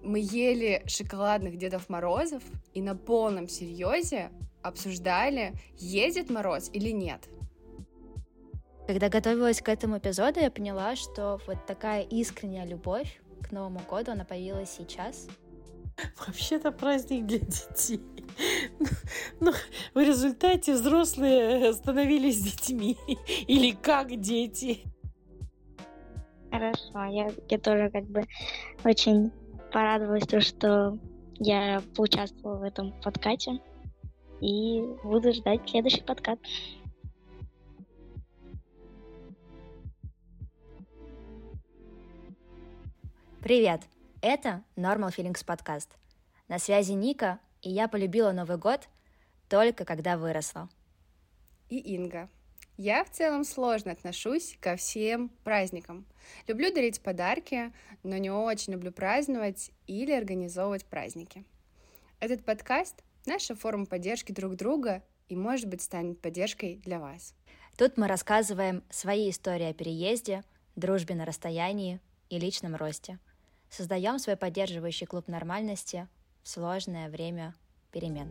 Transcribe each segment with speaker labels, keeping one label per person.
Speaker 1: Мы ели шоколадных Дедов Морозов и на полном серьезе обсуждали, едет мороз или нет.
Speaker 2: Когда готовилась к этому эпизоду, я поняла, что вот такая искренняя любовь к Новому году, она появилась сейчас.
Speaker 3: Вообще-то праздник для детей. Но в результате взрослые становились детьми. Или как дети.
Speaker 4: Хорошо, я тоже очень порадовалась, что я поучаствовала в этом подкате. И буду ждать следующий подкат.
Speaker 2: Привет! Это Normal Feelings подкаст. На связи Ника, и я полюбила Новый год только когда выросла.
Speaker 1: И Инга. Я в целом сложно отношусь ко всем праздникам. Люблю дарить подарки, но не очень люблю праздновать или организовывать праздники. Этот подкаст — наша форма поддержки друг друга и, может быть, станет поддержкой для вас.
Speaker 2: Тут мы рассказываем свои истории о переезде, дружбе на расстоянии и личном росте. Создаем свой поддерживающий клуб нормальности в сложное время перемен.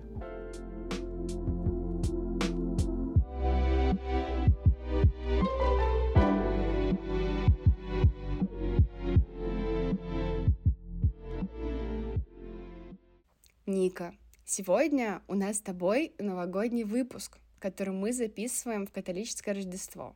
Speaker 1: Ника, сегодня у нас с тобой новогодний выпуск, который мы записываем в католическое Рождество.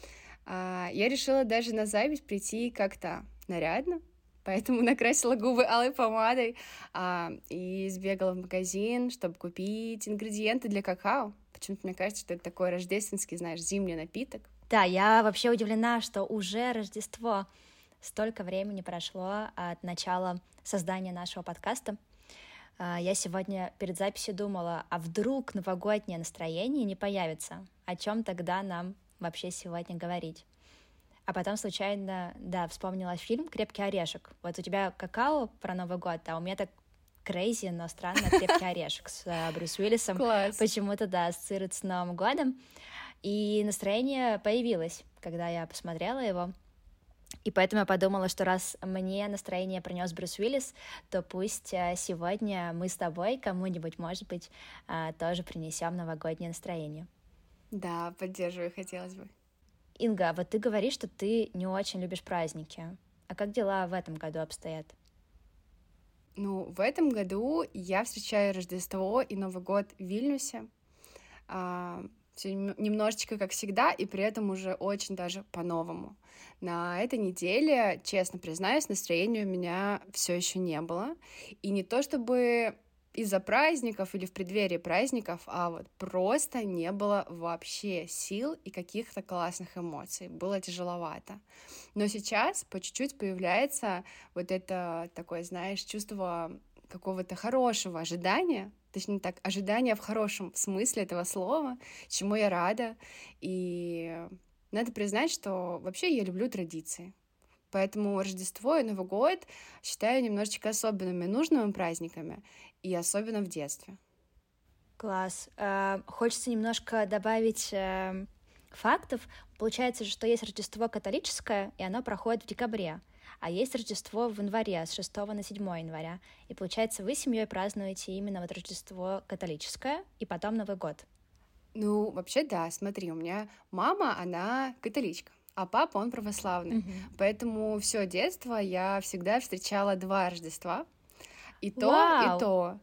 Speaker 1: Я решила даже на запись прийти как-то нарядно, поэтому накрасила губы алой помадой и сбегала в магазин, чтобы купить ингредиенты для какао. Почему-то мне кажется, что это такой рождественский, знаешь, зимний напиток.
Speaker 2: Да, я вообще удивлена, что уже Рождество. Столько времени прошло от начала создания нашего подкаста. Я сегодня перед записью думала, а вдруг новогоднее настроение не появится? О чем тогда нам вообще сегодня говорить? А потом случайно, вспомнила фильм «Крепкий орешек». Вот у тебя какао про Новый год, а у меня так крейзи, но странно, «Крепкий орешек» с Брюс Уиллисом.
Speaker 1: Класс.
Speaker 2: Почему-то, ассоциируется с Новым годом. И настроение появилось, когда я посмотрела его. И поэтому я подумала, что раз мне настроение принес Брюс Уиллис, то пусть сегодня мы с тобой кому-нибудь, может быть, тоже принесем новогоднее настроение.
Speaker 1: Да, поддерживаю, хотелось бы.
Speaker 2: Инга, вот ты говоришь, что ты не очень любишь праздники. А как дела в этом году обстоят?
Speaker 1: В этом году я встречаю Рождество и Новый год в Вильнюсе. Все немножечко как всегда, и при этом уже очень даже по-новому. На этой неделе, честно признаюсь, настроения у меня все еще не было. И не то чтобы из-за праздников или в преддверии праздников, а вот просто не было вообще сил и каких-то классных эмоций. Было тяжеловато. Но сейчас по чуть-чуть появляется вот это такое, знаешь, чувство какого-то хорошего ожидания, точнее так, ожидания в хорошем смысле этого слова, чему я рада. И надо признать, что вообще я люблю традиции. Поэтому Рождество и Новый год считаю немножечко особенными, нужными праздниками, и особенно в детстве.
Speaker 2: Класс. Хочется немножко добавить фактов. Получается, что есть Рождество католическое, и оно проходит в декабре. А есть Рождество в январе, с 6 на 7 января. И получается, вы с семьей празднуете именно вот Рождество католическое и потом Новый год.
Speaker 1: Вообще, да, смотри, у меня мама, она католичка, а папа, он православный. Поэтому все детство я всегда встречала 2 Рождества. И то,
Speaker 2: Вау!
Speaker 1: и то.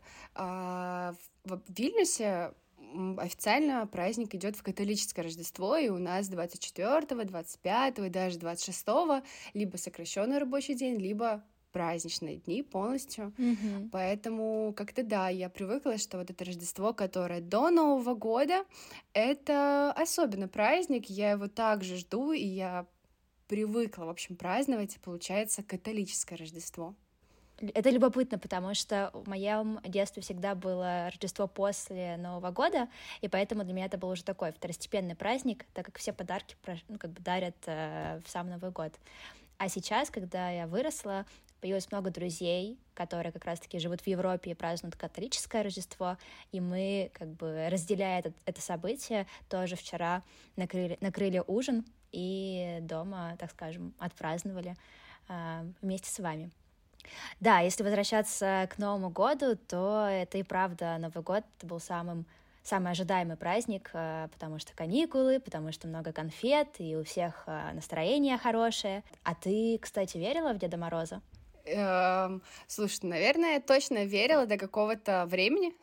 Speaker 1: В Вильнюсе официально праздник идет в католическое Рождество, и у нас 24-го, 25-го и даже 26-го либо сокращенный рабочий день, либо праздничные дни полностью. Поэтому как-то да, я привыкла, что вот это Рождество, которое до Нового года, это особенный праздник, я его также жду, и я привыкла, в общем, праздновать, получается, католическое Рождество.
Speaker 2: Это любопытно, потому что в моем детстве всегда было Рождество после Нового года, и поэтому для меня это был уже такой второстепенный праздник, так как все подарки дарят в сам Новый год. А сейчас, когда я выросла, появилось много друзей, которые как раз-таки живут в Европе и празднуют католическое Рождество, и мы, разделяя это событие, тоже вчера накрыли ужин и дома, так скажем, отпраздновали вместе с вами. Да, если возвращаться к Новому году, то это и правда Новый год был самый ожидаемый праздник, потому что каникулы, потому что много конфет, и у всех настроение хорошее. А ты, кстати, верила в Деда Мороза?
Speaker 1: Слушай, наверное, я точно верила до какого-то времени.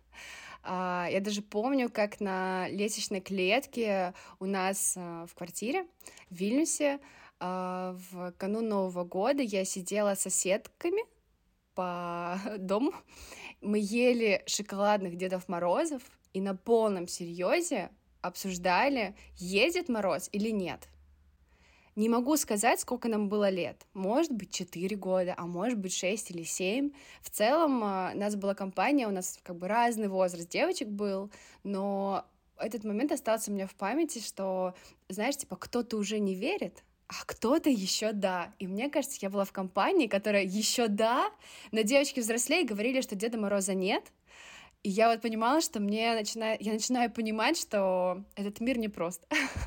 Speaker 1: Я даже помню, как на лестничной клетке у нас в квартире в Вильнюсе в канун Нового года я сидела с соседками по дому. Мы ели шоколадных Дедов Морозов и на полном серьезе обсуждали, едет Мороз или нет. Не могу сказать, сколько нам было лет. Может быть, 4 года, а может быть, 6 или 7. В целом, у нас была компания, у нас как бы разный возраст девочек был, но этот момент остался у меня в памяти, что, знаешь, типа, кто-то уже не верит, а кто-то еще да. И мне кажется, я была в компании, которая еще да, но девочки взрослее говорили, что Деда Мороза нет. И я вот понимала, что я начинаю понимать, что этот мир непрост.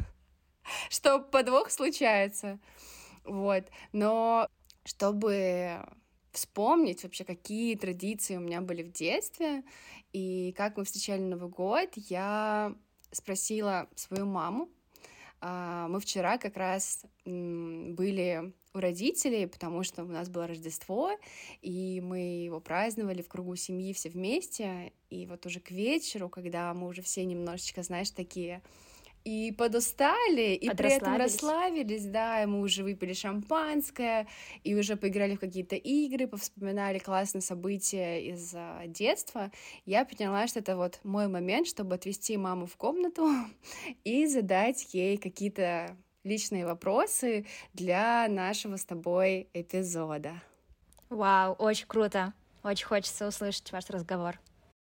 Speaker 1: Что подвох случается, вот. Но чтобы вспомнить вообще, какие традиции у меня были в детстве и как мы встречали Новый год, я спросила свою маму. Мы вчера как раз были у родителей, потому что у нас было Рождество, и мы его праздновали в кругу семьи все вместе, и вот уже к вечеру, когда мы уже все немножечко, знаешь, такие и подустали, и при этом расслабились, да, и мы уже выпили шампанское, и уже поиграли в какие-то игры, повспоминали классные события из детства, я поняла, что это вот мой момент, чтобы отвести маму в комнату и задать ей какие-то личные вопросы для нашего с тобой эпизода.
Speaker 2: Вау, очень круто. Очень хочется услышать ваш разговор.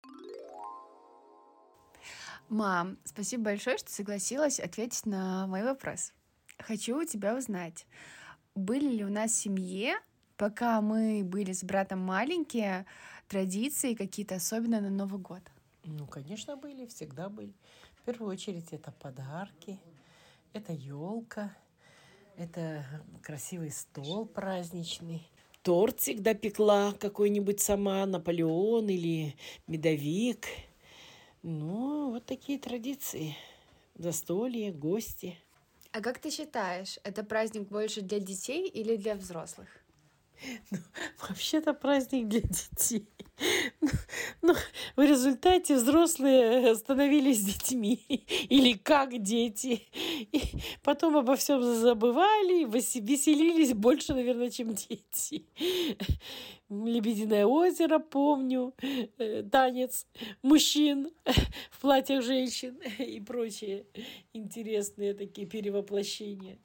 Speaker 1: Мам, спасибо большое, что согласилась ответить на мой вопрос. Хочу у тебя узнать, были ли у нас в семье, пока мы были с братом маленькие, традиции какие-то особенные на Новый год?
Speaker 3: Ну, конечно, были, всегда были. В первую очередь это подарки, это елка, это красивый стол праздничный. Торт всегда пекла какой-нибудь сама, Наполеон или медовик. Ну, вот такие традиции. Застолье, гости.
Speaker 1: А как ты считаешь, это праздник больше для детей или для взрослых?
Speaker 3: Ну, вообще-то праздник для детей. Но в результате взрослые становились детьми. Или как дети. И потом обо всем забывали, веселились больше, наверное, чем дети. «Лебединое озеро», помню, танец мужчин в платьях женщин и прочие интересные такие перевоплощения.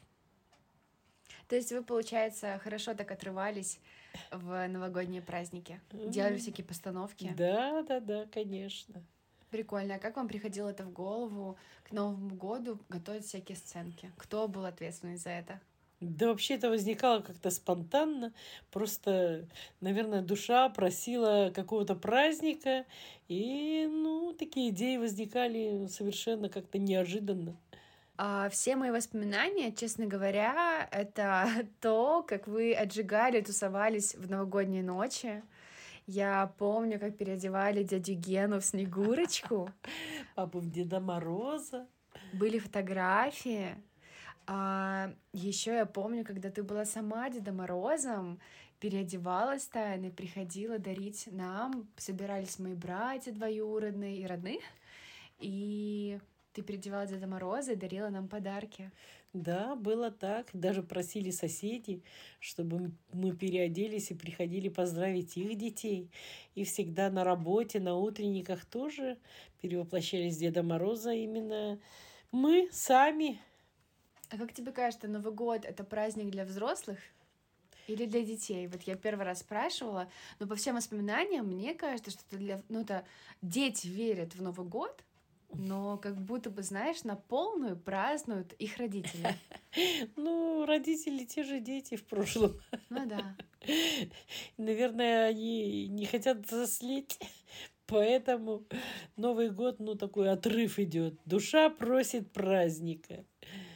Speaker 1: То есть вы, получается, хорошо так отрывались в новогодние праздники? Делали всякие постановки?
Speaker 3: Да, конечно.
Speaker 1: Прикольно. А как вам приходило это в голову к Новому году готовить всякие сценки? Кто был ответственный за это?
Speaker 3: Да вообще это возникало как-то спонтанно. Просто, наверное, душа просила какого-то праздника. И, такие идеи возникали совершенно как-то неожиданно.
Speaker 1: Все мои воспоминания, честно говоря, это то, как вы отжигали, тусовались в новогодние ночи. Я помню, как переодевали дядю Гену в Снегурочку.
Speaker 3: Папу в Деда Мороза.
Speaker 1: Были фотографии. Еще я помню, когда ты была сама Дедом Морозом, переодевалась тайно, приходила дарить нам, собирались мои братья двоюродные и родные, и ты переодевала Деда Мороза и дарила нам подарки.
Speaker 3: Да, было так. Даже просили соседей, чтобы мы переоделись и приходили поздравить их детей. И всегда на работе, на утренниках тоже перевоплощались Деда Мороза именно мы сами.
Speaker 1: А как тебе кажется, Новый год — это праздник для взрослых или для детей? Вот я первый раз спрашивала, но по всем воспоминаниям мне кажется, что это дети верят в Новый год, но как будто бы, знаешь, на полную празднуют их родители.
Speaker 3: Родители те же дети в прошлом.
Speaker 1: Ну да.
Speaker 3: Наверное, они не хотят взрослеть, поэтому Новый год, такой отрыв идет. Душа просит праздника.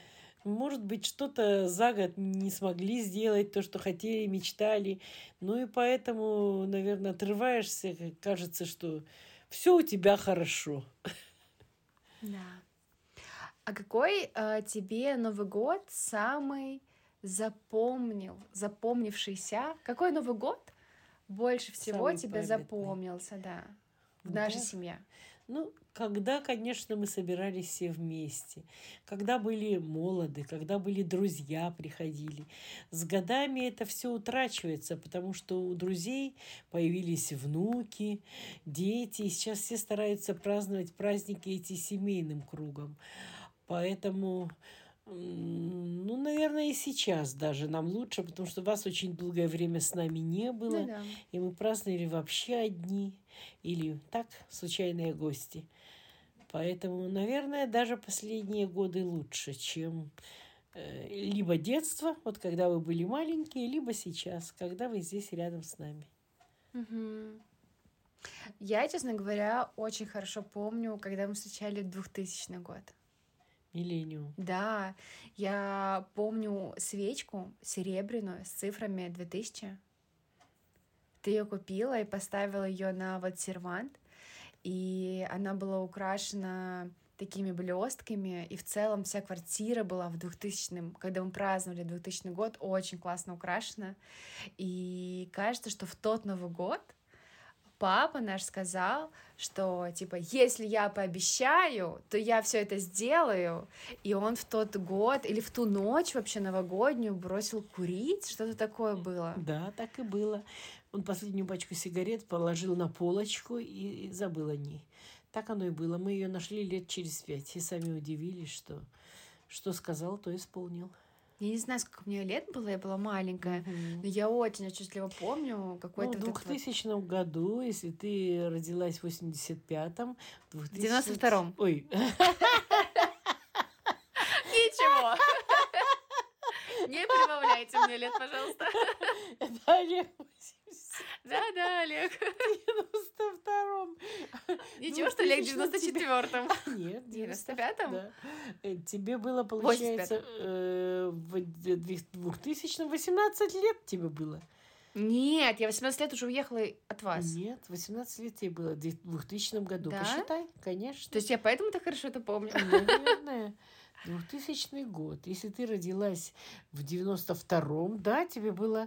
Speaker 3: Может быть, что-то за год не смогли сделать, то, что хотели, мечтали. Ну и поэтому, наверное, отрываешься, кажется, что все у тебя хорошо.
Speaker 1: Да. А какой тебе Новый год самый запомнившийся? Какой Новый год больше всего
Speaker 3: Самый
Speaker 1: тебе
Speaker 3: памятный.
Speaker 1: запомнился, да, в нашей
Speaker 3: Да.
Speaker 1: семье?
Speaker 3: Ну, когда, конечно, мы собирались все вместе, когда были молоды, когда были друзья, приходили. С годами это все утрачивается, потому что у друзей появились внуки, дети, и сейчас все стараются праздновать праздники эти семейным кругом. Поэтому, ну, наверное, и сейчас даже нам лучше, потому что вас очень долгое время с нами не
Speaker 1: Ну
Speaker 3: было,
Speaker 1: да.
Speaker 3: и мы праздновали вообще одни или так, случайные гости. Поэтому, наверное, даже последние годы лучше, чем либо детство, вот когда вы были маленькие, либо сейчас, когда вы здесь рядом с нами.
Speaker 1: Мгм. Я, честно говоря, очень хорошо помню, когда мы встречали 2000 год.
Speaker 3: Миллениум.
Speaker 1: Да, я помню свечку серебряную с цифрами 2000. Ты ее купила и поставила ее на вот сервант, и она была украшена такими блестками, и в целом вся квартира была в 2000-м, когда мы праздновали 2000 год, очень классно украшена. И кажется, что в тот Новый год папа наш сказал, что, типа, если я пообещаю, то я все это сделаю. И он в тот год или в ту ночь вообще новогоднюю бросил курить, что-то такое было.
Speaker 3: Да, так и было. Он последнюю пачку сигарет положил на полочку и забыл о ней. Так оно и было. Мы ее нашли лет через 5 и сами удивились, что сказал, то исполнил.
Speaker 1: Я не знаю, сколько мне лет было, я была маленькая,
Speaker 3: Мгм.
Speaker 1: но я очень отчетливо помню
Speaker 3: Ну,
Speaker 1: какой-то
Speaker 3: в
Speaker 1: вот этот вот...
Speaker 3: 2000 году, если ты родилась в 85-м, в
Speaker 1: В 92-м.
Speaker 3: Ой,
Speaker 1: Ничего! Не прибавляйте мне лет, пожалуйста.
Speaker 3: это Олег в
Speaker 1: Да-да, Олег.
Speaker 3: 92-м.
Speaker 1: Ничего, что Олег в
Speaker 3: 2000-м тебе-
Speaker 1: 94-м.
Speaker 3: Нет,
Speaker 1: 95-м?
Speaker 3: Да. Тебе было, получается,
Speaker 1: 85-м.
Speaker 3: в 2000-м 18 лет тебе было.
Speaker 1: Нет, я 18 лет уже уехала от вас.
Speaker 3: Нет, 18 лет тебе было в 2000 году.
Speaker 1: Да?
Speaker 3: Посчитай, конечно.
Speaker 1: То есть я поэтому так хорошо это помню.
Speaker 3: Наверное, 2000 год. Если ты родилась в 92-м, да, тебе было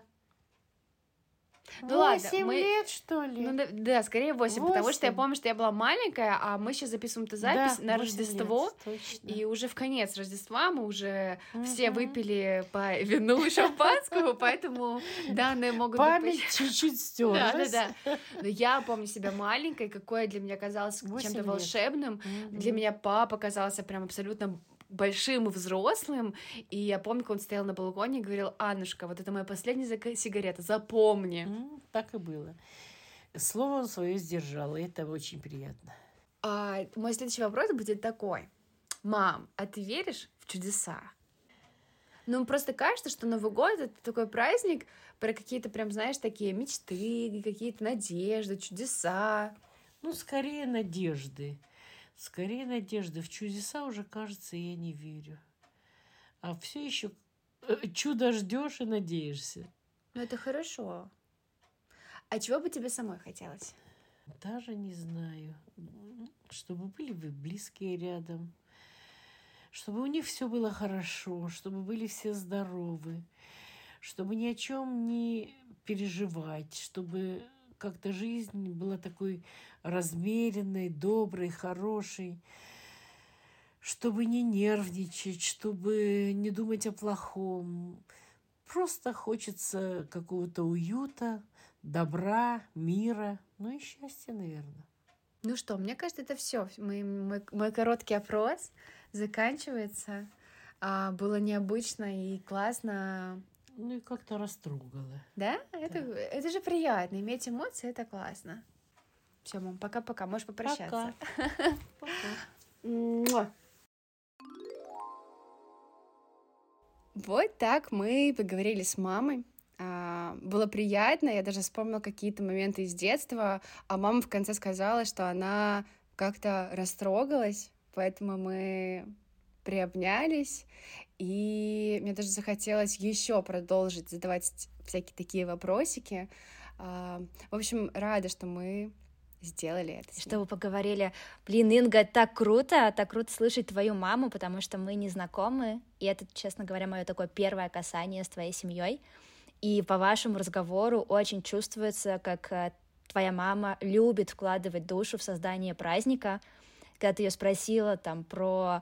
Speaker 1: Ну ладно,
Speaker 3: 8
Speaker 1: мы-
Speaker 3: лет, что ли?
Speaker 1: Ну да, скорее 8, потому что я
Speaker 3: 8.
Speaker 1: помню, что я была маленькая, а мы сейчас записываем эту запись
Speaker 3: Да,
Speaker 1: на
Speaker 3: 8
Speaker 1: Рождество,
Speaker 3: лет, точно.
Speaker 1: и уже в конец Рождества мы уже все
Speaker 3: Мгм.
Speaker 1: выпили по вину и шампанскому, поэтому данные могут быть...
Speaker 3: Память чуть-чуть стерлась.
Speaker 1: Да. Но я помню себя маленькой, какое для меня казалось
Speaker 3: 8
Speaker 1: чем-то
Speaker 3: лет.
Speaker 1: волшебным. Для меня папа казался прям абсолютно большим и взрослым, и я помню, как он стоял на балконе и говорил: Аннушка, вот это моя последняя сигарета, запомни.
Speaker 3: Так и было. Слово он свое сдержал, и это очень приятно.
Speaker 1: Мой следующий вопрос будет такой: мам, а ты веришь в чудеса? Ну, просто кажется, что Новый год — это такой праздник про какие-то прям, знаешь, такие мечты, какие-то надежды, чудеса.
Speaker 3: Ну, скорее надежды. Скорее надежды. В чудеса уже, кажется, я не верю. А все еще чудо ждешь и надеешься.
Speaker 1: Ну, это хорошо. А чего бы тебе самой хотелось?
Speaker 3: Даже не знаю. Чтобы были вы близкие рядом. Чтобы у них все было хорошо. Чтобы были все здоровы. Чтобы ни о чем не переживать. Чтобы как-то жизнь была такой размеренной, доброй, хорошей. Чтобы не нервничать, чтобы не думать о плохом. Просто хочется какого-то уюта, добра, мира, ну и счастья, наверное.
Speaker 1: Ну что, мне кажется, это все. Мой короткий опрос заканчивается. Было необычно и классно.
Speaker 3: Ну и как-то растрогала.
Speaker 1: Да? Это же приятно. Иметь эмоции — это классно. Все, мам, пока-пока. Можешь попрощаться.
Speaker 3: Пока.
Speaker 1: Муа. Вот так мы поговорили с мамой. Было приятно, я даже вспомнила какие-то моменты из детства, а мама в конце сказала, что она как-то растрогалась, поэтому мы приобнялись, и мне даже захотелось еще продолжить задавать всякие такие вопросики. В общем, рада, что мы сделали это.
Speaker 2: Что вы поговорили. Блин, Инга, так круто слышать твою маму, потому что мы не знакомы, и это, честно говоря, мое такое первое касание с твоей семьей. И по вашему разговору очень чувствуется, как твоя мама любит вкладывать душу в создание праздника. Когда ты ее спросила там про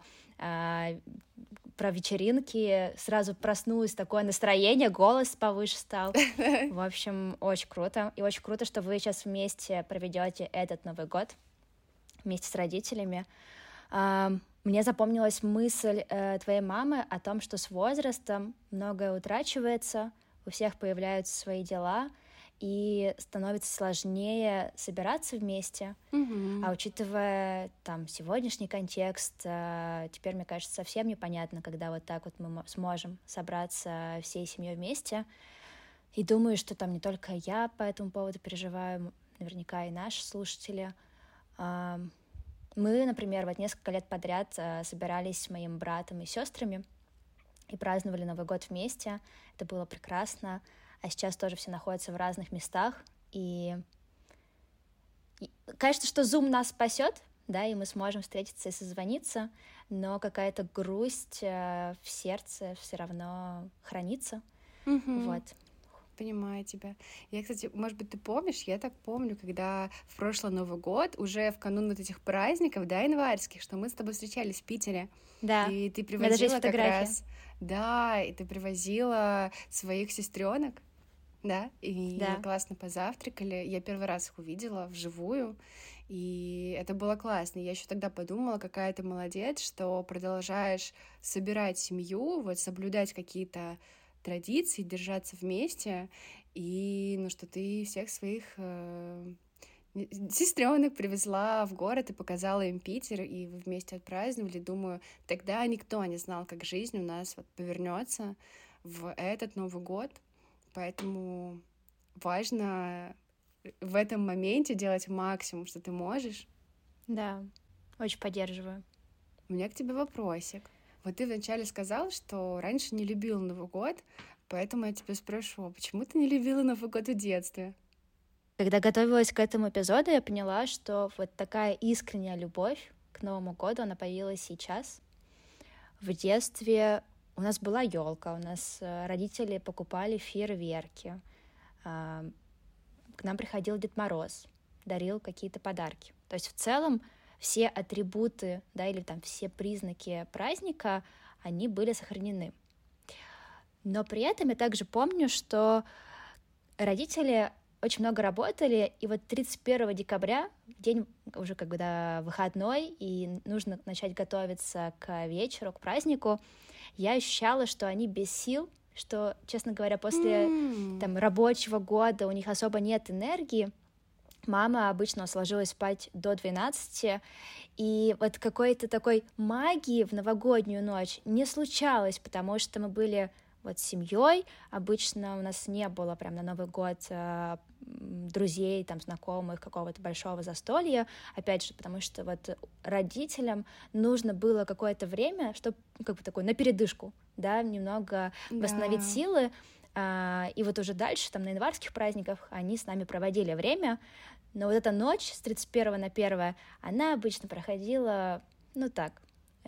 Speaker 2: вечеринки, сразу проснулось такое настроение, голос повыше стал. В общем, очень круто. И очень круто, что вы сейчас вместе проведете этот Новый год вместе с родителями. Мне запомнилась мысль твоей мамы о том, что с возрастом многое утрачивается, у всех появляются свои дела, и становится сложнее собираться вместе. А учитывая там сегодняшний контекст, теперь, мне кажется, совсем непонятно, когда вот так вот мы сможем собраться всей семьей вместе. И думаю, что там не только я по этому поводу переживаю, наверняка и наши слушатели. Мы, например, вот несколько лет подряд собирались с моим братом и сестрами и праздновали Новый год вместе. Это было прекрасно. А сейчас тоже все находятся в разных местах, и кажется, что Zoom нас спасет, да, и мы сможем встретиться и созвониться, но какая-то грусть в сердце все равно хранится, вот.
Speaker 1: Понимаю тебя. Я, кстати, может быть, ты помнишь, я так помню, когда в прошлый Новый год, уже в канун вот этих праздников, да, январских, что мы с тобой встречались в Питере.
Speaker 2: Да,
Speaker 1: и ты
Speaker 2: у меня даже есть
Speaker 1: привозила как
Speaker 2: фотография.
Speaker 1: раз... Да, и ты привозила своих сестренок, да, и
Speaker 2: Да.
Speaker 1: мы классно позавтракали. Я первый раз их увидела вживую, и это было классно. Я еще тогда подумала, какая ты молодец, что продолжаешь собирать семью, вот соблюдать какие-то традиции, держаться вместе, и ну что ты всех своих сестренок привезла в город и показала им Питер, и вы вместе отпраздновали. Думаю, тогда никто не знал, как жизнь у нас вот повернется в этот Новый год, поэтому важно в этом моменте делать максимум, что ты можешь.
Speaker 2: Да, очень поддерживаю.
Speaker 1: У меня к тебе вопросик. Вот ты вначале сказал, что раньше не любила Новый год, поэтому я тебя спрошу, почему ты не любила Новый год в детстве?
Speaker 2: Когда готовилась к этому эпизоду, я поняла, что вот такая искренняя любовь к Новому году, она появилась сейчас. В детстве у нас была елка, у нас родители покупали фейерверки, к нам приходил Дед Мороз, дарил какие-то подарки. То есть в целом все атрибуты, да, или там все признаки праздника, они были сохранены. Но при этом я также помню, что родители очень много работали, и вот 31 декабря, день уже когда выходной, и нужно начать готовиться к вечеру, к празднику, я ощущала, что они без сил, что, честно говоря, после там, рабочего года у них особо нет энергии. Мама обычно ложилась спать до 12, и вот какой-то такой магии в новогоднюю ночь не случалось, потому что мы были вот с семьей, обычно у нас не было прям на Новый год друзей, там, знакомых, какого-то большого застолья, опять же, потому что вот родителям нужно было какое-то время, чтобы как бы такой на передышку, да, немного восстановить силы, и вот уже дальше, там, на январских праздниках они с нами проводили время, но вот эта ночь с 31 на 1, она обычно проходила, ну так,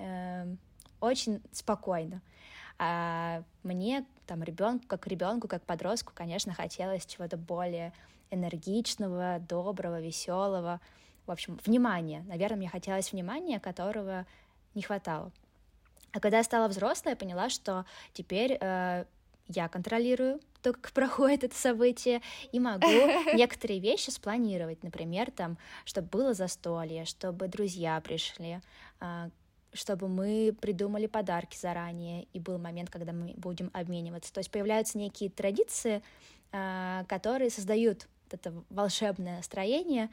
Speaker 2: очень спокойно. А мне, там, ребенку, как подростку, конечно, хотелось чего-то более энергичного, доброго, веселого. В общем, внимания. Наверное, мне хотелось внимания, которого не хватало. А когда я стала взрослой, я поняла, что теперь я контролирую то, как проходит это событие, и могу некоторые вещи спланировать. Например, там, чтобы было застолье, чтобы друзья пришли, чтобы мы придумали подарки заранее, и был момент, когда мы будем обмениваться. То есть появляются некие традиции, которые создают вот это волшебное настроение,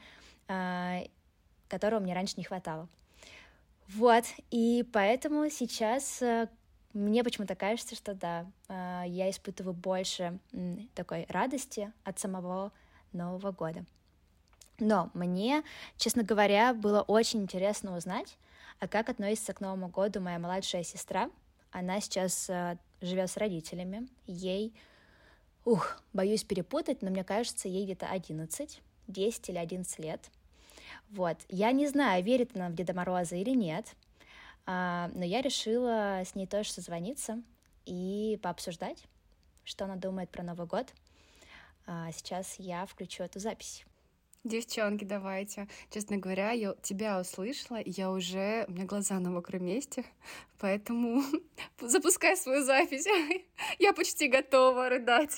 Speaker 2: которого мне раньше не хватало. Вот, и поэтому сейчас мне почему-то кажется, что да, я испытываю больше такой радости от самого Нового года. Но мне, честно говоря, было очень интересно узнать, А как относится к Новому году моя младшая сестра? Она сейчас живет с родителями. Ей, боюсь перепутать, но мне кажется, ей где-то 10 или 11 лет. Вот. Я не знаю, верит она в Деда Мороза или нет, но я решила с ней тоже созвониться и пообсуждать, что она думает про Новый год. Сейчас я включу эту запись.
Speaker 1: Девчонки, давайте. Честно говоря, я тебя услышала, и у меня глаза на мокром месте, поэтому запускай свою запись. Я почти готова рыдать.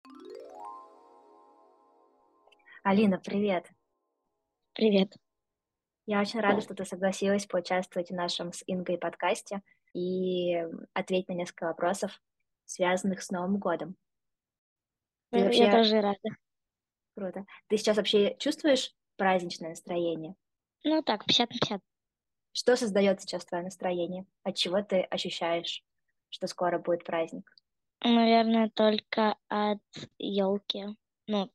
Speaker 2: Алина, привет.
Speaker 4: Привет.
Speaker 2: Я очень рада, что ты согласилась поучаствовать в нашем с Ингой подкасте и ответить на несколько вопросов, связанных с Новым годом. Ты
Speaker 4: Я
Speaker 2: вообще...
Speaker 4: тоже рада.
Speaker 2: Круто. Ты сейчас вообще чувствуешь праздничное настроение?
Speaker 4: Ну так, 50 на 50.
Speaker 2: Что создает сейчас твое настроение? От чего ты ощущаешь, что скоро будет праздник?
Speaker 4: Наверное, только от елки. Ну,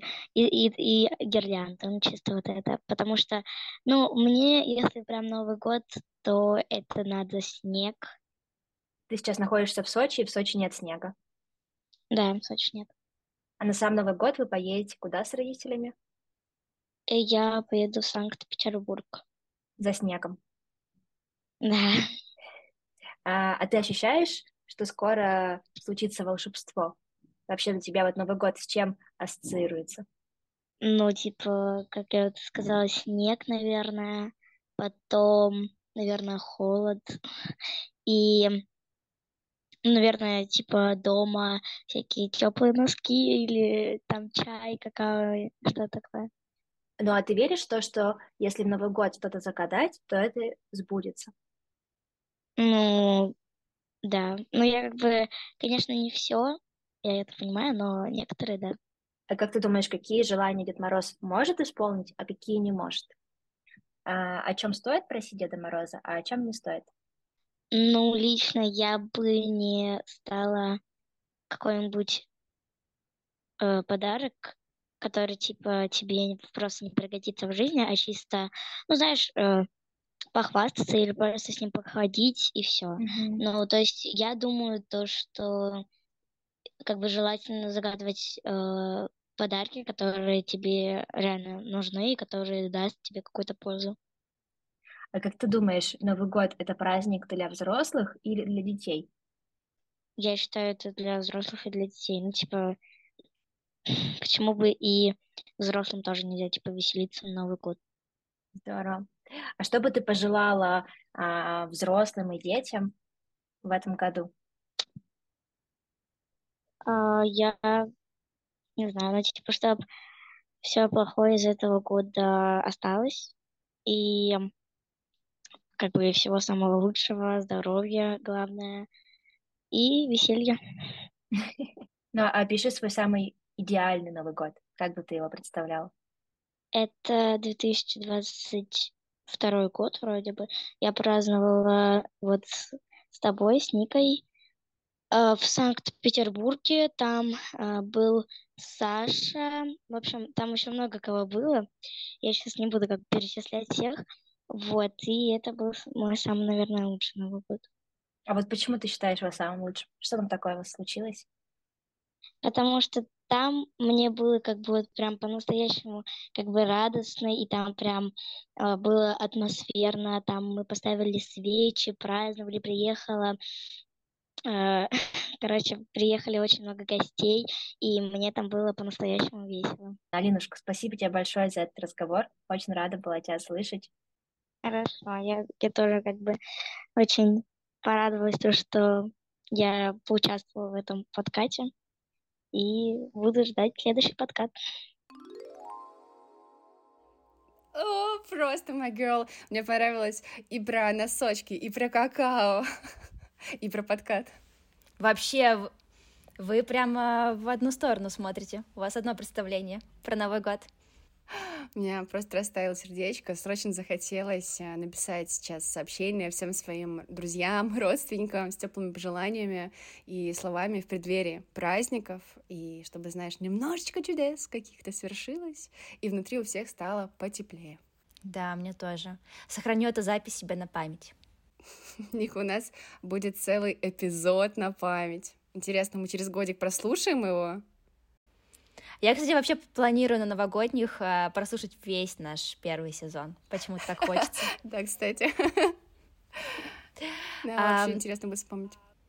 Speaker 4: и гирлянд, ну, чисто вот это. Потому что, мне, если прям Новый год, то это надо снег.
Speaker 2: Ты сейчас находишься в Сочи, и в Сочи нет снега.
Speaker 4: Да, в Сочи нет.
Speaker 2: А на сам Новый год вы поедете куда с родителями?
Speaker 4: И я поеду в Санкт-Петербург.
Speaker 2: За снегом.
Speaker 4: Да.
Speaker 2: А ты ощущаешь, что скоро случится волшебство? Вообще для тебя вот Новый год с чем ассоциируется?
Speaker 4: Ну, типа, как я вот сказала, снег, наверное. Потом, наверное, холод. И, наверное, типа дома всякие теплые носки или там чай, какао, что такое.
Speaker 2: Ну а ты веришь в то, что если в Новый год что-то загадать, то это сбудется?
Speaker 4: Ну, да. Ну, я как бы, конечно, не все, я это понимаю, но некоторые, да.
Speaker 2: А как ты думаешь, какие желания Дед Мороз может исполнить, а какие не может? О чем стоит просить Деда Мороза, а о чем не стоит?
Speaker 4: Ну, лично я бы не стала какой-нибудь подарок, который, типа, тебе просто не пригодится в жизни, а чисто, ну, знаешь, похвастаться или просто с ним походить, и все.
Speaker 2: Мгм.
Speaker 4: Ну, то есть я думаю то, что как бы желательно загадывать подарки, которые тебе реально нужны и которые даст тебе какую-то пользу.
Speaker 2: А как ты думаешь, Новый год это праздник для взрослых или для детей?
Speaker 4: Я считаю, это для взрослых и для детей. Ну, типа, почему бы и взрослым тоже нельзя, типа, веселиться на Новый год?
Speaker 2: Здорово. А что бы ты пожелала взрослым и детям в этом году?
Speaker 4: Я не знаю, ну, типа, чтобы все плохое из этого года осталось. И как бы всего самого лучшего, здоровья, главное, и веселья.
Speaker 2: Ну, а опиши свой самый идеальный Новый год. Как бы ты его представлял?
Speaker 4: Это 2022 год вроде бы. Я праздновала вот с тобой, с Никой, в Санкт-Петербурге. Там был Саша. В общем, там еще много кого было. Я сейчас не буду как перечислять всех. Вот, и это был мой самый, наверное, лучший Новый год.
Speaker 2: А вот почему ты считаешь его самым лучшим? Что там такое у вас случилось?
Speaker 4: Потому что там мне было как бы вот прям по-настоящему как бы радостно, и там прям было атмосферно, там мы поставили свечи, праздновали, э, приехали очень много гостей, и мне там было по-настоящему весело.
Speaker 2: Алинушка, спасибо тебе большое за этот разговор. Очень рада была тебя слышать.
Speaker 4: Хорошо, я тоже как бы очень порадовалась, то, что я поучаствовала в этом подкате, и буду ждать следующий подкаст.
Speaker 1: О, просто my girl. Мне понравилось и про носочки, и про какао, и про подкат.
Speaker 2: Вообще, вы прямо в одну сторону смотрите. У вас одно представление про Новый год.
Speaker 1: Меня просто растаяло сердечко. Срочно захотелось написать сейчас сообщение всем своим друзьям, родственникам с теплыми пожеланиями и словами в преддверии праздников. И чтобы, знаешь, немножечко чудес каких-то свершилось, и внутри у всех стало потеплее.
Speaker 2: Да, мне тоже. Сохраню эту запись себе на память.
Speaker 1: Ник, у нас будет целый эпизод на память. Интересно, мы через годик прослушаем его?
Speaker 2: Я, кстати, вообще планирую на новогодних прослушать весь наш первый сезон. Почему-то так хочется.
Speaker 1: Да, кстати. Да, вообще интересно будет вспомнить.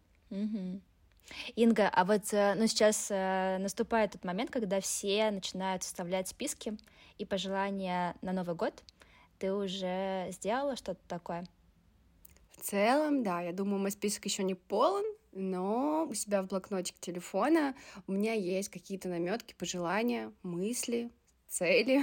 Speaker 2: Инга, а вот сейчас наступает тот момент, когда все начинают составлять списки и пожелания на Новый год. Ты уже сделала что-то такое?
Speaker 1: В целом, да, я думаю, мой список еще не полон, но у себя в блокнотик телефона у меня есть какие-то наметки, пожелания, мысли, цели.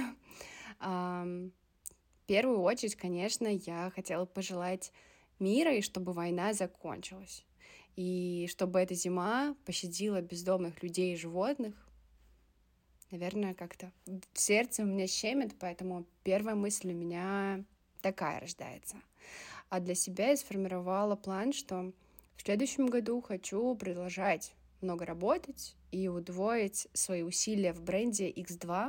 Speaker 1: В первую очередь, конечно, я хотела пожелать мира и чтобы война закончилась. И чтобы эта зима пощадила бездомных людей и животных. Наверное, как-то в сердце у меня щемит, поэтому первая мысль у меня такая рождается. А для себя я сформировала план, что в следующем году хочу продолжать много работать и удвоить свои усилия в бренде X2.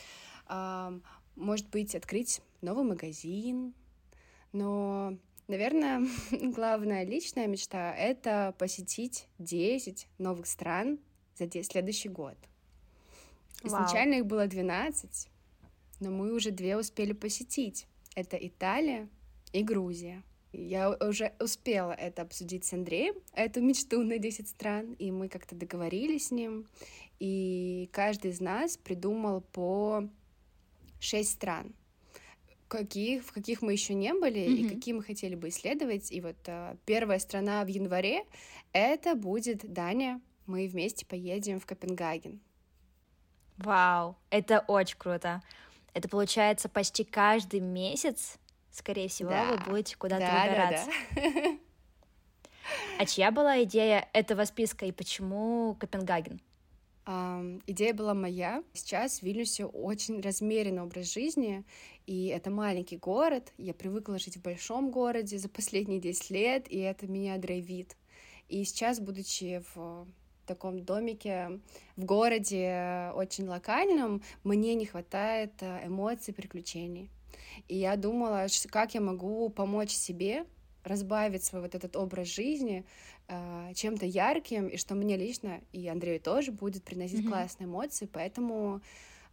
Speaker 1: Может быть, открыть новый магазин. Но, наверное, главная личная мечта — это посетить 10 новых стран за следующий год. Изначально их было 12, но мы уже 2 успели посетить. Это Италия и Грузия. Я уже успела это обсудить с Андреем, эту мечту на 10 стран, и мы как-то договорились с ним, и каждый из нас придумал по 6 стран, в каких мы еще не были, и какие мы хотели бы исследовать. И вот первая страна в январе — это будет Дания. Мы вместе поедем в Копенгаген.
Speaker 2: Вау, это очень круто. Это получается почти каждый месяц, скорее всего, вы будете куда-то выбираться.
Speaker 1: Да.
Speaker 2: А чья была идея этого списка и почему Копенгаген?
Speaker 1: Идея была моя. Сейчас в Вильнюсе очень размеренный образ жизни, и это маленький город. Я привыкла жить в большом городе за последние 10 лет, и это меня драйвит. И сейчас, будучи в таком домике в городе очень локальном, мне не хватает эмоций, приключений. И я думала, как я могу помочь себе разбавить свой вот этот образ жизни чем-то ярким, и что мне лично, и Андрею тоже будет приносить классные эмоции, поэтому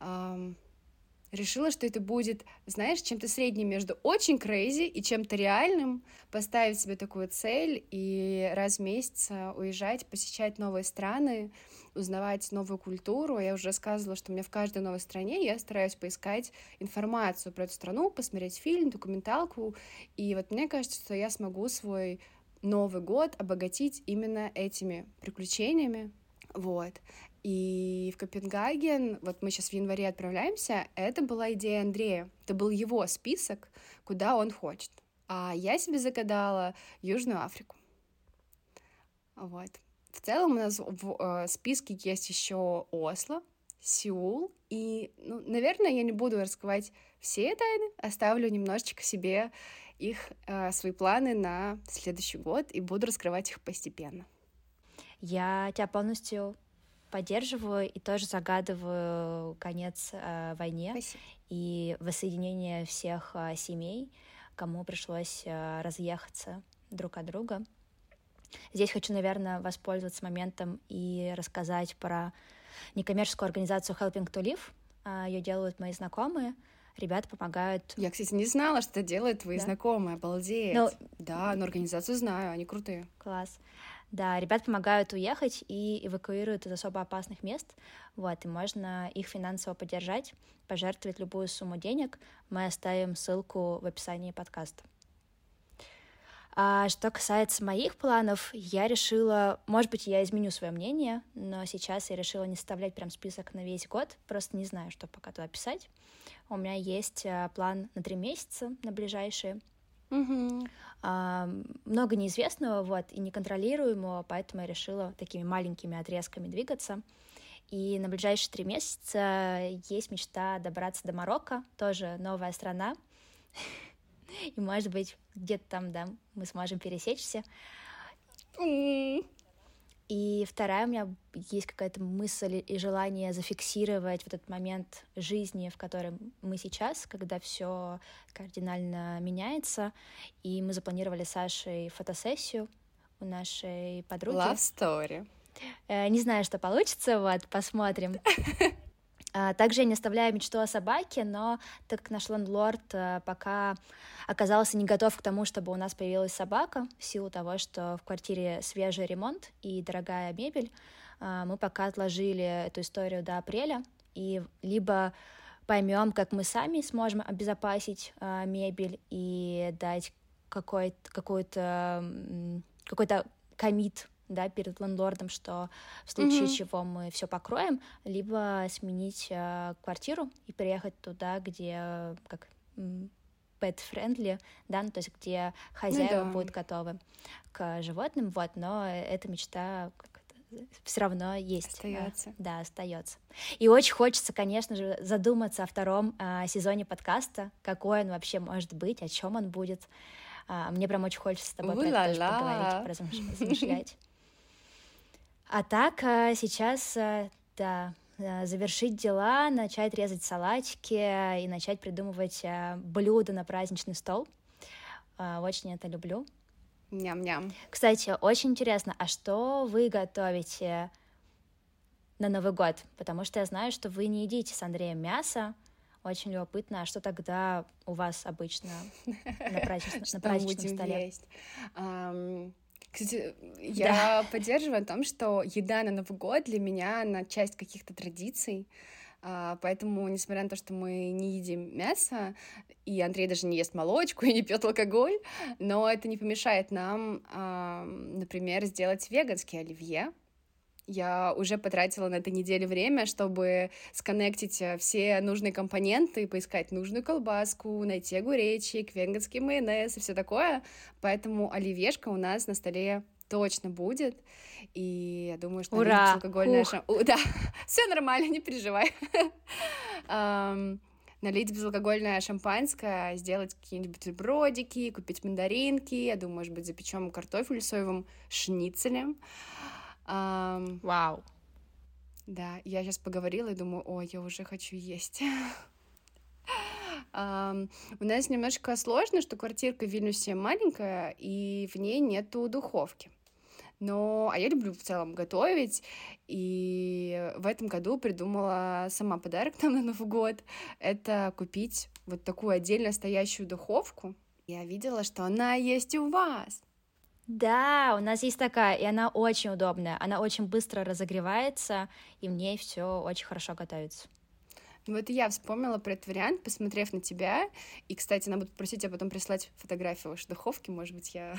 Speaker 1: решила, что это будет, знаешь, чем-то средним между очень крейзи и чем-то реальным, поставить себе такую цель и раз в месяц уезжать, посещать новые страны, узнавать новую культуру. Я уже рассказывала, что у меня в каждой новой стране я стараюсь поискать информацию про эту страну, посмотреть фильм, документалку, и вот мне кажется, что я смогу свой Новый год обогатить именно этими приключениями, вот. И в Копенгаген, вот мы сейчас в январе отправляемся, это была идея Андрея, это был его список, куда он хочет. А я себе загадала Южную Африку. Вот. В целом у нас в списке есть еще Осло, Сеул, и, наверное, я не буду раскрывать все тайны, оставлю немножечко себе свои планы на следующий год и буду раскрывать их постепенно.
Speaker 2: Я тебя полностью поддерживаю и тоже загадываю конец войне.
Speaker 1: Спасибо.
Speaker 2: И воссоединение всех семей, кому пришлось разъехаться друг от друга. Здесь хочу, наверное, воспользоваться моментом и рассказать про некоммерческую организацию Helping to Live. Ее делают мои знакомые. Ребята помогают...
Speaker 1: Я, кстати, не знала, что это делают твои знакомые, обалдеть. Да, но организацию знаю, они крутые.
Speaker 2: Класс. Да, ребят помогают уехать и эвакуируют из особо опасных мест, вот, и можно их финансово поддержать, пожертвовать любую сумму денег. Мы оставим ссылку в описании подкаста. А что касается моих планов, я решила, может быть, я изменю свое мнение, но сейчас я решила не составлять прям список на весь год, просто не знаю, что пока туда писать. У меня есть план на 3 месяца, на ближайшие. Много неизвестного, вот, и неконтролируемого, поэтому я решила такими маленькими отрезками двигаться. И на ближайшие 3 месяца есть мечта добраться до Марокко, тоже новая страна. И, может быть, где-то там, да, мы сможем пересечься. И вторая у меня есть какая-то мысль и желание зафиксировать вот этот момент жизни, в котором мы сейчас, когда все кардинально меняется. И мы запланировали с Сашей фотосессию у нашей подруги.
Speaker 1: Love story.
Speaker 2: Не знаю, что получится, вот, посмотрим. Также я не оставляю мечту о собаке, но так как наш лендлорд пока оказался не готов к тому, чтобы у нас появилась собака, в силу того, что в квартире свежий ремонт и дорогая мебель, мы пока отложили эту историю до апреля, и либо поймем, как мы сами сможем обезопасить мебель и дать какой-то коммит, да, перед лендлордом, что в случае чего мы все покроем, либо сменить квартиру и переехать туда, где как pet-friendly, да, ну, то есть где хозяева будут готовы к животным, вот, но эта мечта все равно есть.
Speaker 1: Остается.
Speaker 2: Да, остается. И очень хочется, конечно же, задуматься о втором про подкаста, какой он вообще может быть, о чем он будет. Мне прям очень хочется с тобой про это тоже поговорить, поразмышлять. А так, сейчас, да, завершить дела, начать резать салатики и начать придумывать блюда на праздничный стол. Очень это люблю.
Speaker 1: Ням-ням.
Speaker 2: Кстати, очень интересно, а что вы готовите на Новый год? Потому что я знаю, что вы не едите с Андреем мясо. Очень любопытно, а что тогда у вас обычно на праздничном столе?
Speaker 1: Кстати, я поддерживаю о том, что еда на Новый год для меня она часть каких-то традиций, поэтому, несмотря на то, что мы не едим мясо, и Андрей даже не ест молочку и не пьет алкоголь, но это не помешает нам, например, сделать веганский оливье. Я уже потратила на этой неделе время, чтобы сконнектить все нужные компоненты, поискать нужную колбаску, найти огуречек, веганский майонез и все такое. Поэтому оливьешка у нас на столе точно будет. И я думаю, что безалкогольное да, все нормально, не переживай. Налить безалкогольное шампанское, сделать какие-нибудь бутербродики, купить мандаринки. Я думаю, может быть, запечем картофель соевым шницелем.
Speaker 2: Вау.
Speaker 1: Да, я сейчас поговорила и думаю, ой, я уже хочу есть. У нас немножко сложно, что квартирка в Вильнюсе маленькая, и в ней нету духовки. А я люблю в целом готовить, и в этом году придумала сама подарок нам на Новый год. Это купить вот такую отдельно стоящую духовку. Я видела, что она есть у вас.
Speaker 2: Да, у нас есть такая, и она очень удобная, она очень быстро разогревается, и в ней все очень хорошо готовится.
Speaker 1: Вот и я вспомнила про этот вариант, посмотрев на тебя, и, кстати, надо будет попросить тебя потом прислать фотографию вашей духовки, может быть, я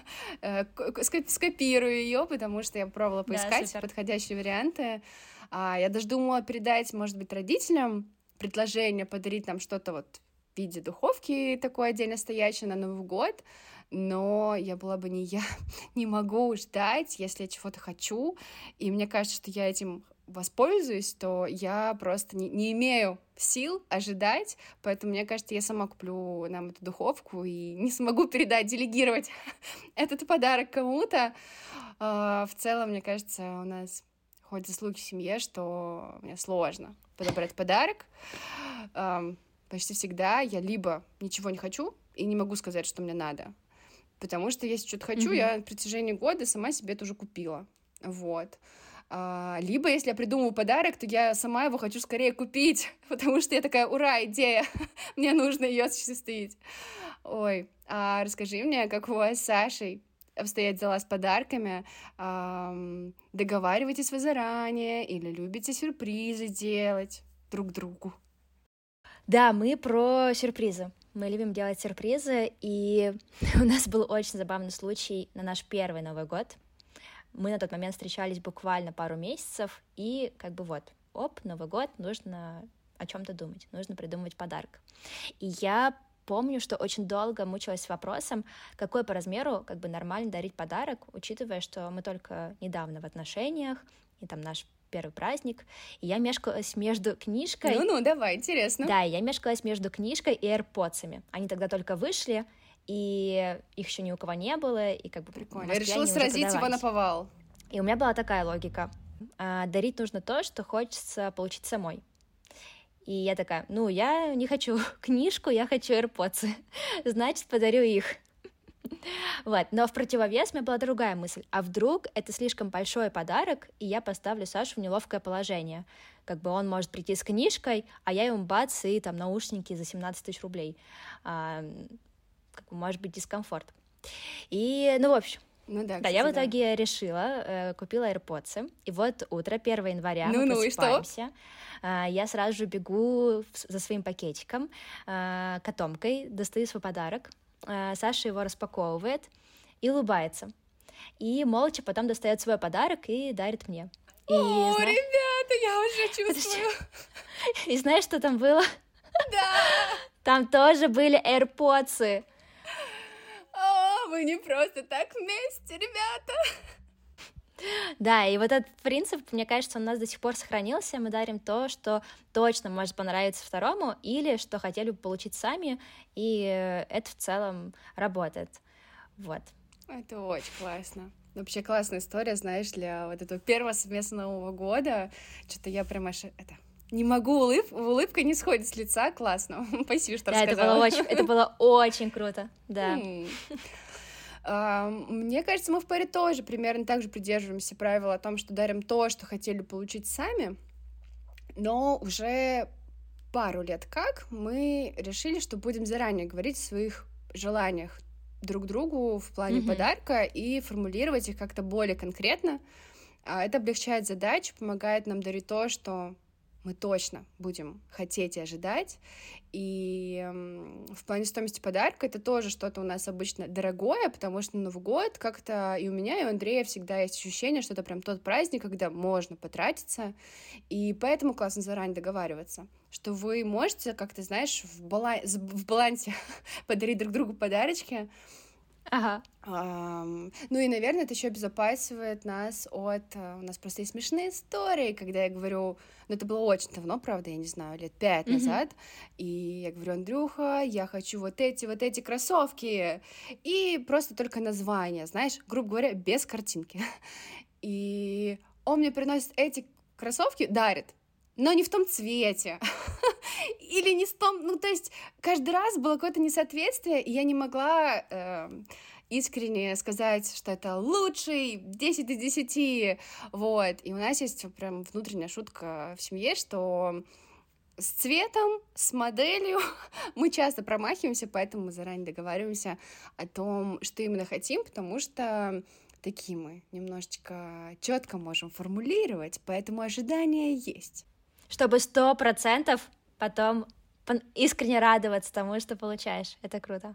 Speaker 1: скопирую ее, потому что я пробовала поискать подходящие варианты. Я даже думала передать, может быть, родителям предложение подарить нам что-то вот в виде духовки такой отдельно стоящей на Новый год, но я была бы не я, не могу ждать, если я чего-то хочу, и мне кажется, что я этим воспользуюсь, то я просто не имею сил ожидать, поэтому мне кажется, я сама куплю нам эту духовку и не смогу делегировать этот подарок кому-то. В целом, мне кажется, у нас ходят слухи в семье, что мне сложно подобрать подарок. Почти всегда я либо ничего не хочу и не могу сказать, что мне надо, потому что если что-то хочу, я на протяжении года сама себе это уже купила. Вот. Либо, если я придумываю подарок, то я сама его хочу скорее купить, потому что я такая, ура, идея, мне нужно ее осуществить. Ой, расскажи мне, как у вас с Сашей обстоят дела с подарками? Договариваетесь вы заранее или любите сюрпризы делать друг другу?
Speaker 2: Да, мы про сюрпризы. Мы любим делать сюрпризы, и у нас был очень забавный случай на наш первый Новый год. Мы на тот момент встречались буквально пару месяцев, и Новый год, нужно о чем-то думать, нужно придумывать подарок. И я помню, что очень долго мучилась с вопросом, какой по размеру нормально дарить подарок, учитывая, что мы только недавно в отношениях, и там наш первый праздник, и я мешкалась между книжкой...
Speaker 1: Давай, интересно.
Speaker 2: Да, я мешкалась между книжкой и AirPods'ами. Они тогда только вышли, и их еще ни у кого не было, и
Speaker 1: Прикольно. Я решила сразить его наповал.
Speaker 2: И у меня была такая логика. Дарить нужно то, что хочется получить самой. И я такая, я не хочу книжку, я хочу AirPods, значит, подарю их. Вот, но в противовес у меня была другая мысль. А вдруг это слишком большой подарок, и я поставлю Сашу в неловкое положение? Как бы он может прийти с книжкой, а я ему бац, и там наушники за 17 тысяч рублей. Как бы может быть дискомфорт. И, в общем,
Speaker 1: да,
Speaker 2: я в итоге решила, купила AirPods, и вот утро, 1 января, мы просыпаемся, я сразу же бегу за своим пакетиком, котомкой, достаю свой подарок, Саша его распаковывает и улыбается, и молча потом достает свой подарок и дарит мне.
Speaker 1: Ребята, я уже чувствую.
Speaker 2: И знаешь, что там было?
Speaker 1: Да!
Speaker 2: Там тоже были AirPods.
Speaker 1: Мы не просто так вместе, ребята.
Speaker 2: Да, и вот этот принцип, мне кажется, у нас до сих пор сохранился. Мы дарим то, что точно может понравиться второму, или что хотели бы получить сами, и это в целом работает. Вот.
Speaker 1: Это очень классно. Вообще классная история, знаешь, для вот этого первого совместного Нового года. Что-то я прям аж не могу, улыбка не сходит с лица, классно. Спасибо, что рассказала.
Speaker 2: Это было очень круто, да.
Speaker 1: Мне кажется, мы в паре тоже примерно так же придерживаемся правила о том, что дарим то, что хотели получить сами, но уже пару лет как мы решили, что будем заранее говорить о своих желаниях друг другу в плане подарка и формулировать их как-то более конкретно. Это облегчает задачу, помогает нам дарить то, что мы точно будем хотеть и ожидать. И в плане стоимости подарка это тоже что-то у нас обычно дорогое, потому что на Новый год как-то и у меня, и у Андрея всегда есть ощущение, что это прям тот праздник, когда можно потратиться, и поэтому классно заранее договариваться, что вы можете как-то, знаешь, в балансе подарить друг другу подарочки.
Speaker 2: Ага.
Speaker 1: И, наверное, это еще обезопасивает нас от... У нас просто есть смешные истории, когда я говорю... это было очень давно, правда, я не знаю, лет 5 назад, и я говорю: Андрюха, я хочу вот эти кроссовки, и просто только название, знаешь, грубо говоря, без картинки. И он мне приносит эти кроссовки, дарит, но не в том цвете, или не в том... то есть каждый раз было какое-то несоответствие, и я не могла искренне сказать, что это лучший 10 из 10, вот. И у нас есть прям внутренняя шутка в семье, что с цветом, с моделью мы часто промахиваемся, поэтому мы заранее договариваемся о том, что именно хотим, потому что такие мы немножечко четко можем формулировать, поэтому ожидания есть.
Speaker 2: Чтобы 100% потом искренне радоваться тому, что получаешь. Это круто.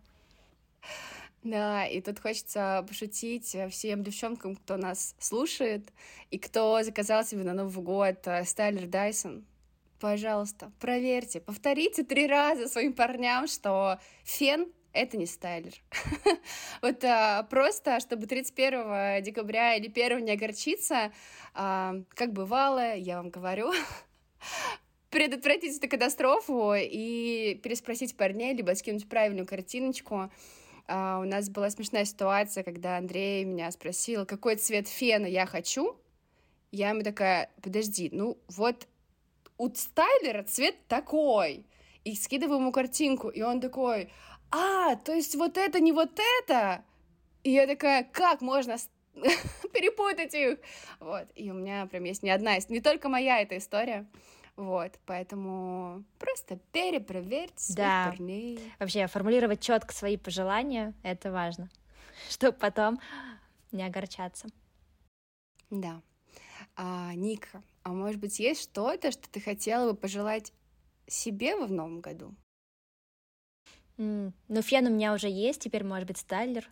Speaker 1: Да, и тут хочется пошутить всем девчонкам, кто нас слушает, и кто заказал себе на Новый год стайлер Dyson. Пожалуйста, проверьте, повторите 3 раза своим парням, что фен — это не стайлер. Вот просто, чтобы 31 декабря или 1 не огорчиться, как бывало, я вам говорю, предотвратить эту катастрофу и переспросить парней, либо скинуть правильную картиночку. У нас была смешная ситуация, когда Андрей меня спросил, какой цвет фена я хочу. Я ему такая: подожди, вот у стайлера цвет такой. И скидываю ему картинку, и он такой: то есть вот это не вот это? И я такая: как можно перепутать их? Вот, и у меня прям есть не только моя эта история. Вот, поэтому просто перепроверьте своих парней.
Speaker 2: Вообще, формулировать четко свои пожелания — это важно, чтобы потом не огорчаться.
Speaker 1: Да. Ника, может быть, есть что-то, что ты хотела бы пожелать себе в Новом году?
Speaker 2: Фен у меня уже есть, теперь, может быть, стайлер.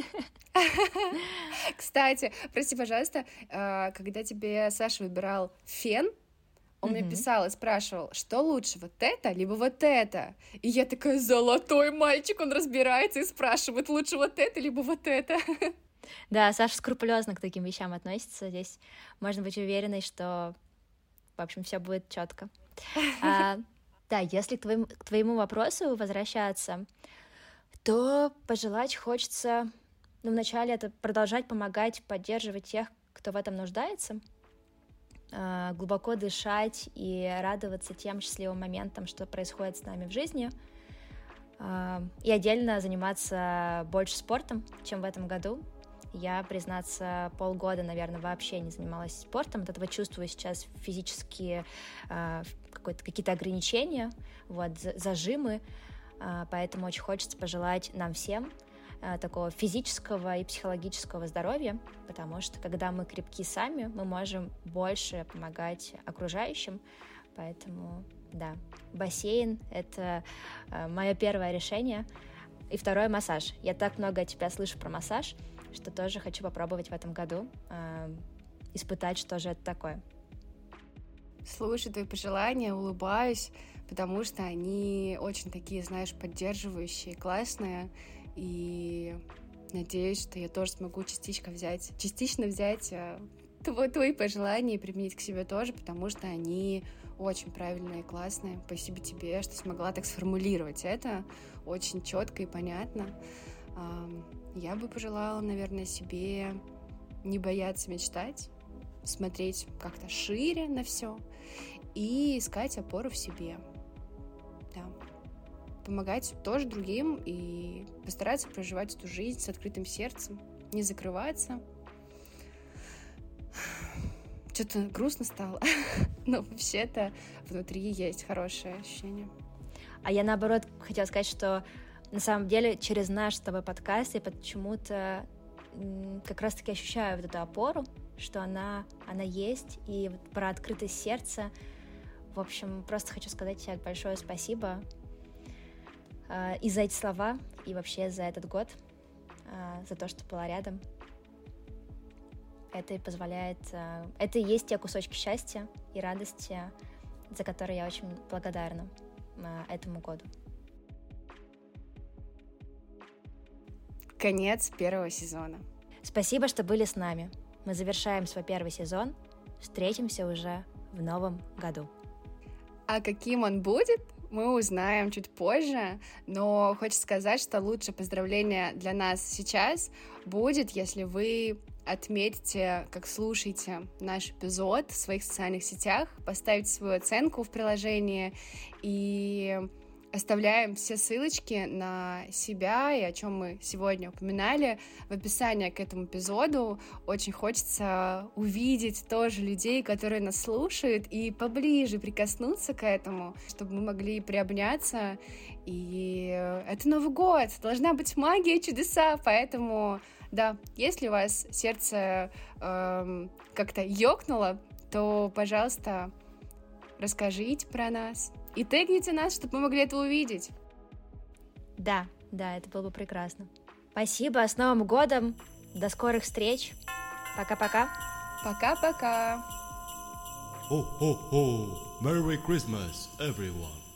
Speaker 1: Кстати, прости, пожалуйста, когда тебе Саша выбирал фен, он мне писал и спрашивал, что лучше, вот это, либо вот это. И я такая: золотой мальчик, он разбирается и спрашивает, лучше вот это, либо вот это.
Speaker 2: Да, Саша скрупулезно к таким вещам относится. Здесь можно быть уверенной, что, в общем, все будет четко. Да, если к твоему вопросу возвращаться, то пожелать хочется, вначале это продолжать помогать, поддерживать тех, кто в этом нуждается, глубоко дышать и радоваться тем счастливым моментам, что происходит с нами в жизни, и отдельно заниматься больше спортом, чем в этом году. Я, признаться, полгода, наверное, вообще не занималась спортом. От этого чувствую сейчас физические какие-то ограничения, зажимы. Поэтому очень хочется пожелать нам всем такого физического и психологического здоровья, потому что когда мы крепки сами, мы можем больше помогать окружающим. Поэтому, да, бассейн — это мое первое решение. И второе — массаж. Я так много от тебя слышу про массаж, что тоже хочу попробовать в этом году, испытать, что же это такое.
Speaker 1: Слушаю твои пожелания, улыбаюсь, потому что они очень такие, знаешь, поддерживающие, классные, и надеюсь, что я тоже смогу частично взять твои пожелания и применить к себе тоже, потому что они очень правильные и классные. Спасибо тебе, что смогла так сформулировать это очень четко и понятно. Я бы пожелала, наверное, себе не бояться мечтать, смотреть как-то шире на все и искать опору в себе. Да. Помогать тоже другим и постараться проживать эту жизнь с открытым сердцем, не закрываться. Что-то грустно стало, но вообще-то внутри есть хорошее ощущение.
Speaker 2: А я, наоборот, хотела сказать, что на самом деле через наш с тобой подкаст я почему-то как раз-таки ощущаю вот эту опору, что она есть, и вот про открытость сердца. В общем, просто хочу сказать тебе большое спасибо и за эти слова, и вообще за этот год, за то, что была рядом. Это и позволяет... Это и есть те кусочки счастья и радости, за которые я очень благодарна этому году.
Speaker 1: Конец первого сезона.
Speaker 2: Спасибо, что были с нами. Мы завершаем свой первый сезон. Встретимся уже в новом году.
Speaker 1: А каким он будет, мы узнаем чуть позже, но хочется сказать, что лучшее поздравление для нас сейчас будет, если вы отметите, как слушаете наш эпизод в своих социальных сетях, поставите свою оценку в приложении и оставляем все ссылочки на себя и о чем мы сегодня упоминали в описании к этому эпизоду. Очень хочется увидеть тоже людей, которые нас слушают, и поближе прикоснуться к этому, чтобы мы могли приобняться. И это Новый год, должна быть магия, чудеса, поэтому, да, если у вас сердце как-то ёкнуло, то, пожалуйста, расскажите про нас. И тегните нас, чтобы мы могли это увидеть.
Speaker 2: Да, это было бы прекрасно. Спасибо, с Новым годом. До скорых встреч. Пока-пока.
Speaker 1: Пока-пока.
Speaker 5: Ho, ho, ho. Merry Christmas, everyone.